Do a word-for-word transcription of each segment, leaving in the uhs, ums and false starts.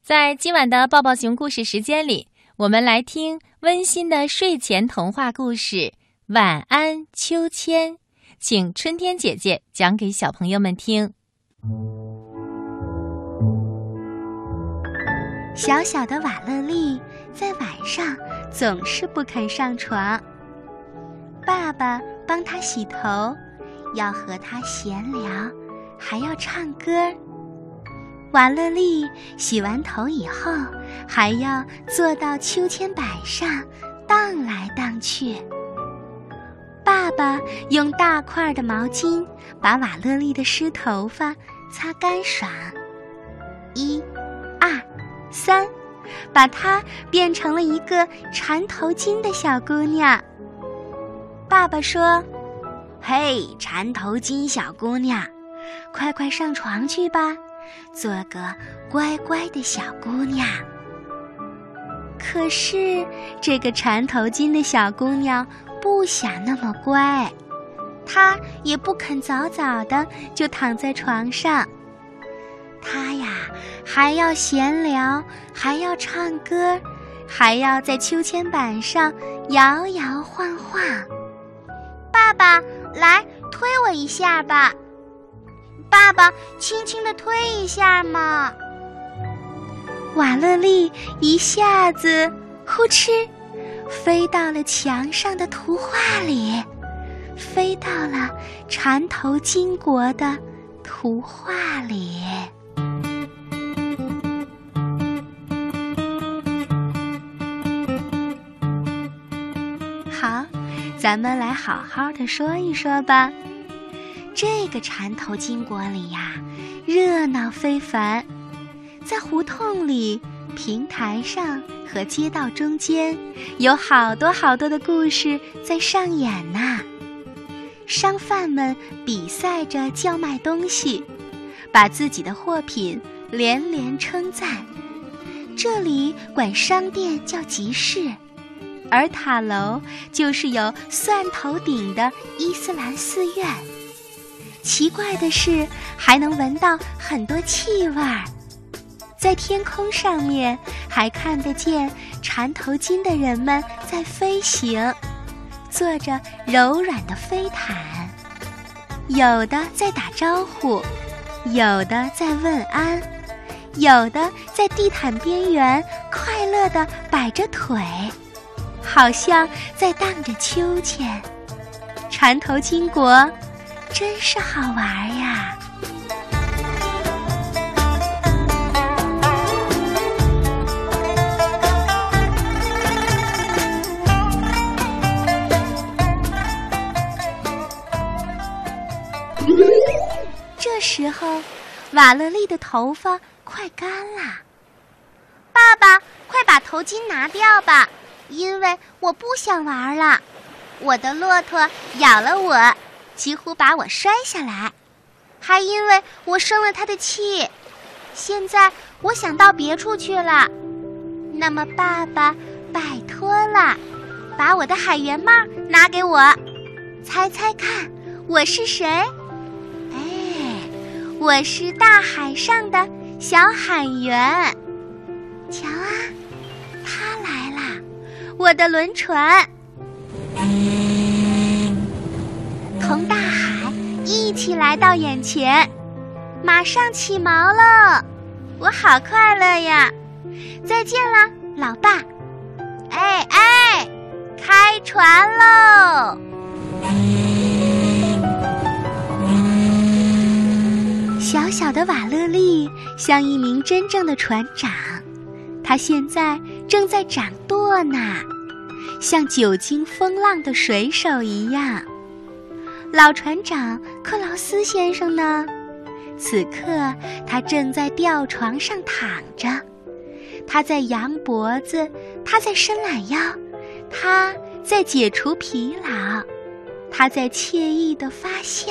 在今晚的抱抱熊故事时间里，我们来听温馨的睡前童话故事《晚安秋千》，请春天姐姐讲给小朋友们听。 小小的瓦勒丽在晚上总是不肯上床，爸爸帮她洗头，要和她闲聊，还要唱歌。瓦勒丽洗完头以后，还要坐到秋千板上荡来荡去。爸爸用大块的毛巾把瓦勒丽的湿头发擦干爽，一、二、三，把她变成了一个缠头巾的小姑娘。爸爸说：“嘿，缠头巾小姑娘，快快上床去吧，做个乖乖的小姑娘。”可是这个缠头巾的小姑娘不想那么乖，她也不肯早早的就躺在床上。她呀，还要闲聊，还要唱歌，还要在秋千板上摇摇晃晃。爸爸，来推我一下吧。爸爸，轻轻地推一下嘛。瓦勒丽一下子呼哧飞到了墙上的图画里，飞到了缠头巾国的图画里。好，咱们来好好的说一说吧。这个缠头巾国里呀，热闹非凡。在胡同里、平台上和街道中间，有好多好多的故事在上演呢。商贩们比赛着叫卖东西，把自己的货品连连称赞。这里管商店叫集市，而塔楼就是有蒜头顶的伊斯兰寺院。奇怪的是，还能闻到很多气味儿。在天空上面还看得见缠头巾的人们在飞行，坐着柔软的飞毯，有的在打招呼，有的在问安，有的在地毯边缘快乐地摆着腿，好像在荡着秋千。缠头巾国真是好玩呀！这时候，瓦勒丽的头发快干了。爸爸，快把头巾拿掉吧，因为我不想玩了。我的骆驼咬了我，几乎把我摔下来，还因为我生了他的气。现在我想到别处去了。那么爸爸，拜托了，把我的海员帽拿给我。猜猜看，我是谁？我是大海上的小海员。瞧啊，他来了，我的轮船，同大海一起来到眼前，马上起锚了，我好快乐呀！再见了，老爸。哎哎，开船喽！小小的瓦勒丽像一名真正的船长，他现在正在掌舵呢，像久经风浪的水手一样。老船长克劳斯先生呢？此刻他正在吊床上躺着，他在扬脖子，他在伸懒腰，他在解除疲劳，他在惬意地发笑。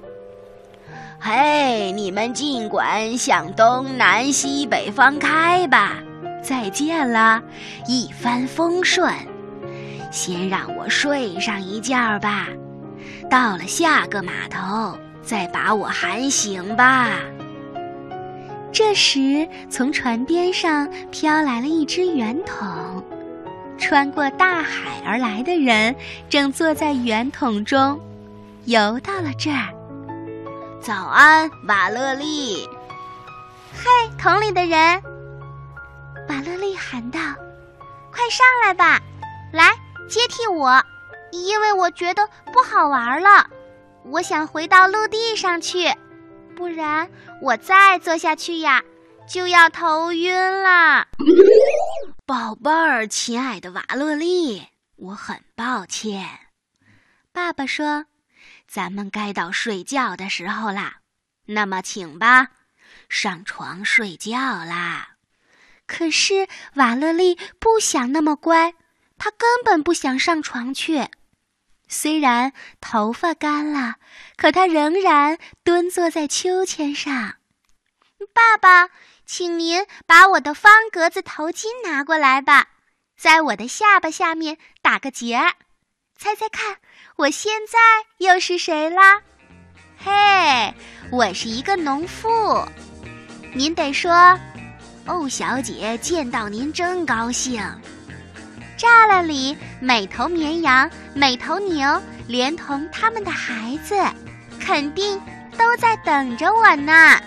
嘿，你们尽管向东南西北方开吧，再见了，一帆风顺。先让我睡上一觉吧，到了下个码头再把我喊醒吧。 这时，从船边上飘来了一只圆筒，穿过大海而来的人正坐在圆筒中，游到了这儿。 早安，瓦勒丽！ 嘿，桶里的人！瓦勒丽喊道：“快上来吧，来接替我，因为我觉得不好玩了，我想回到陆地上去，不然我再坐下去呀，就要头晕了。” 宝贝儿，亲爱的瓦勒丽，我很抱歉。 爸爸说：“ 咱们该到睡觉的时候啦，那么请吧，上床睡觉啦。” 可是瓦勒丽不想那么乖，她根本不想上床去。虽然头发干了，可她仍然蹲坐在秋千上。爸爸，请您把我的方格子头巾拿过来吧，在我的下巴下面打个结儿。猜猜看，我现在又是谁啦？嘿，我是一个农妇。您得说：“ 哦，小姐，见到您真高兴。” 栅栏里每头绵羊、每头牛，连同他们的孩子，肯定都在等着我呢。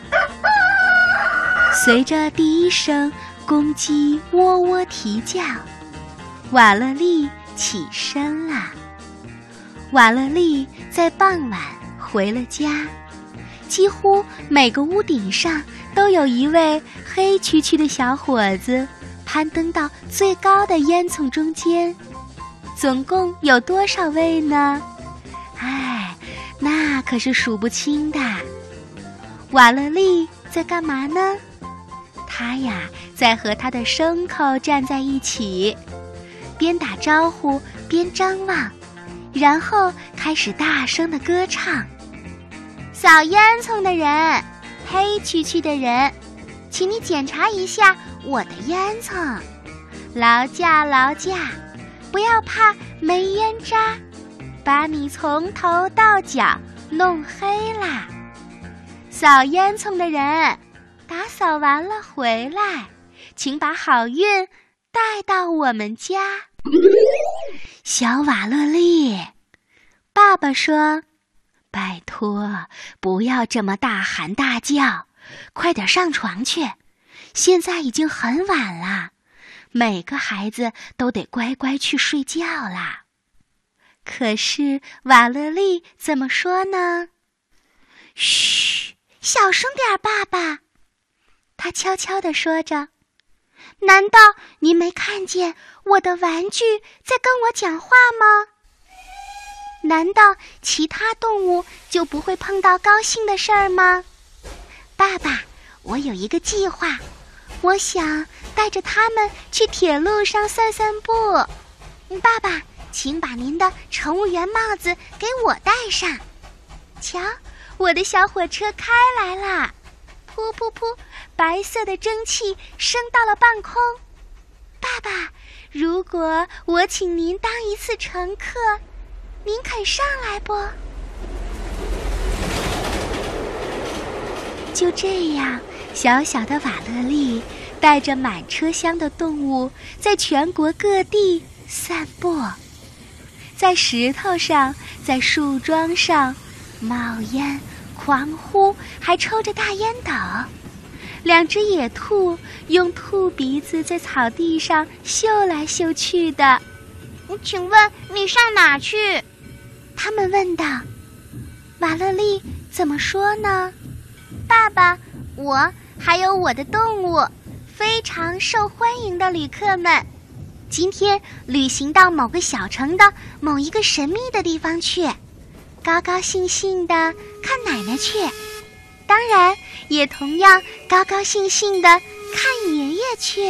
随着第一声公鸡喔喔啼叫，瓦勒丽起身了。瓦勒丽在傍晚回了家，几乎每个屋顶上都有一位黑黢黢的小伙子攀登到最高的烟囱中间。总共有多少位呢？哎，那可是数不清的。瓦勒丽在干嘛呢？他呀，在和他的牲口站在一起，边打招呼边张望，然后开始大声地歌唱。扫烟囱的人，黑黢黢的人，请你检查一下我的烟囱，劳驾劳驾，不要怕没烟渣，把你从头到脚弄黑啦。扫烟囱的人，打扫完了回来，请把好运带到我们家。小瓦勒丽，爸爸说：“拜托，不要这么大喊大叫，快点上床去，现在已经很晚了，每个孩子都得乖乖去睡觉啦。”可是瓦勒丽怎么说呢？嘘，小声点，爸爸。他悄悄地说着：“难道您没看见我的玩具在跟我讲话吗？难道其他动物就不会碰到高兴的事儿吗？爸爸，我有一个计划，我想带着他们去铁路上散散步。爸爸，请把您的乘务员帽子给我戴上。瞧，我的小火车开来啦！噗噗噗，白色的蒸汽升到了半空。爸爸，如果我请您当一次乘客，您肯上来不？”就这样，小小的瓦勒丽带着满车厢的动物，在全国各地散步，在石头上，在树桩上冒烟狂呼，还抽着大烟斗。两只野兔用兔鼻子在草地上嗅来嗅去的。“请问你上哪去？”他们问道。瓦勒丽怎么说呢？“爸爸，我还有我的动物，非常受欢迎的旅客们，今天旅行到某个小城的某一个神秘的地方去，高高兴兴地看奶奶去，当然也同样高高兴兴地看爷爷去。”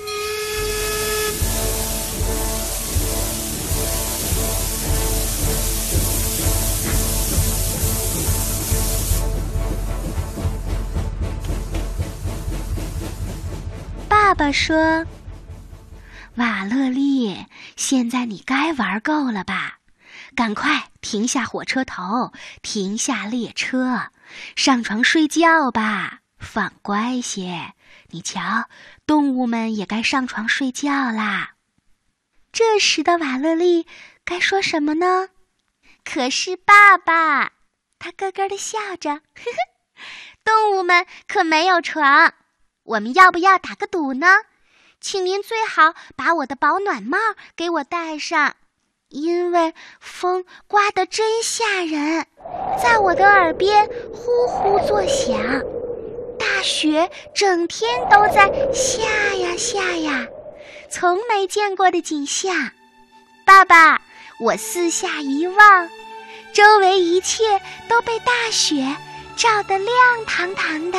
爸爸说：“瓦勒丽，现在你该玩够了吧？赶快停下火车头，停下列车，上床睡觉吧。” 放乖些，你瞧，动物们也该上床睡觉啦。这时的瓦勒丽该说什么呢？可是爸爸，他咯咯地笑着，呵呵，动物们可没有床，我们要不要打个赌呢？请您最好把我的保暖帽给我戴上，因为风刮得真吓人，在我的耳边呼呼作响，大雪整天都在下呀下呀，从没见过的景象。爸爸，我四下一望，周围一切都被大雪照得亮堂堂的。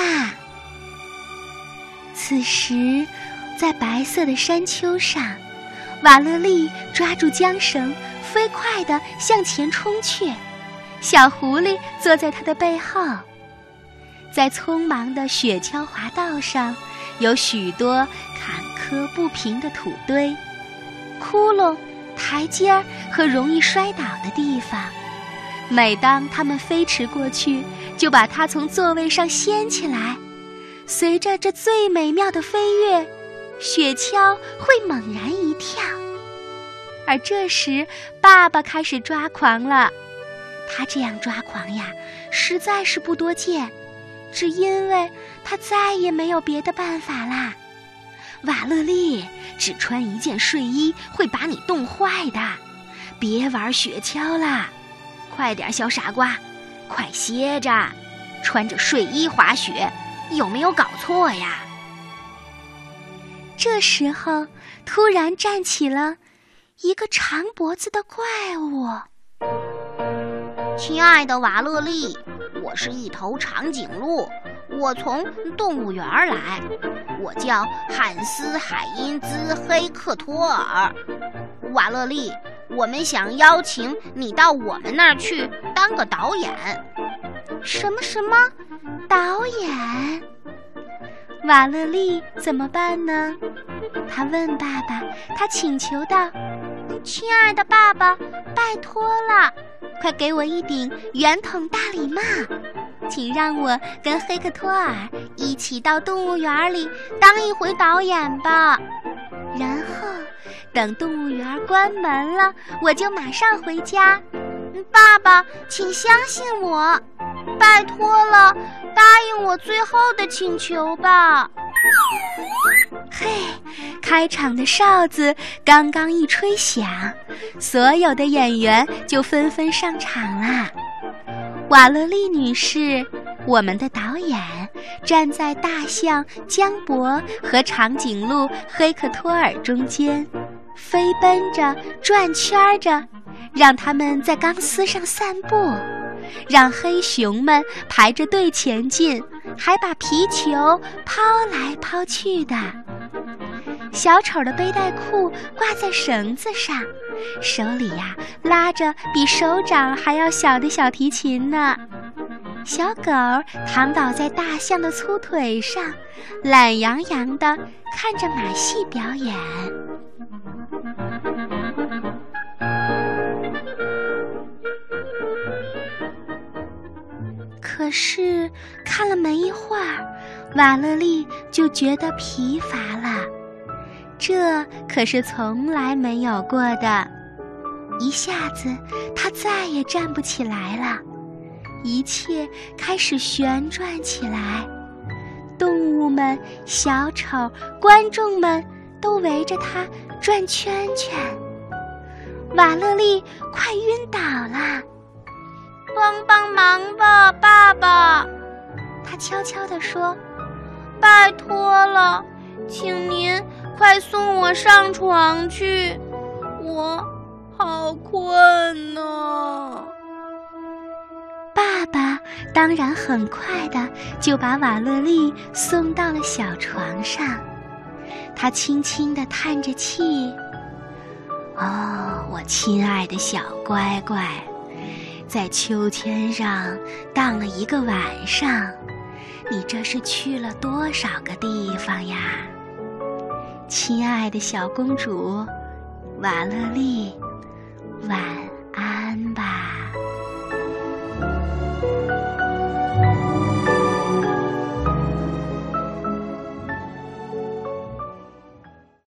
此时在白色的山丘上，瓦勒丽抓住缰绳，飞快地向前冲去，小狐狸坐在他的背后。在匆忙的雪橇滑道上，有许多坎坷不平的土堆、窟窿、台阶儿和容易摔倒的地方。每当他们飞驰过去，就把它从座位上掀起来。随着这最美妙的飞跃，雪橇会猛然一跳。而这时，爸爸开始抓狂了。他这样抓狂呀，实在是不多见，只因为他再也没有别的办法啦。瓦勒丽，只穿一件睡衣会把你冻坏的，别玩雪橇啦！快点，小傻瓜，快歇着，穿着睡衣滑雪，有没有搞错呀？这时候，突然站起了一个长脖子的怪物。 亲爱的瓦勒丽，我是一头长颈鹿，我从动物园来，我叫汉斯·海因兹·黑克托尔。瓦勒丽，我们想邀请你到我们那儿去当个导演。 什么什么？导演？瓦勒丽怎么办呢？他问爸爸，他请求道：亲爱的爸爸，拜托了，快给我一顶圆筒大礼帽，请让我跟黑克托尔一起到动物园里当一回导演吧。然后等动物园关门了，我就马上回家。 爸爸，请相信我，拜托了，答应我最后的请求吧。 嘿，开场的哨子刚刚一吹响，所有的演员就纷纷上场啦。瓦勒丽女士，我们的导演，站在大象江博和长颈鹿黑克托尔中间，飞奔着，转圈着，让他们在钢丝上散步，让黑熊们排着队前进，还把皮球抛来抛去的。小丑的背带裤挂在绳子上，手里呀拉着比手掌还要小的小提琴呢。小狗躺倒在大象的粗腿上，懒洋洋地看着马戏表演。可是看了没一会儿，瓦勒丽就觉得疲乏了。这可是从来没有过的。一下子，他再也站不起来了，一切开始旋转起来。动物们、小丑、观众们都围着他转圈圈。瓦勒丽快晕倒了。 帮帮忙吧，爸爸！ 他悄悄地说： 拜托了，请您快送我上床去，我好困呢。 爸爸当然很快的就把瓦勒丽送到了小床上，他轻轻地叹着气：哦，我亲爱的小乖乖，在秋千上荡了一个晚上，你这是去了多少个地方呀？亲爱的小公主，瓦勒丽，晚安吧。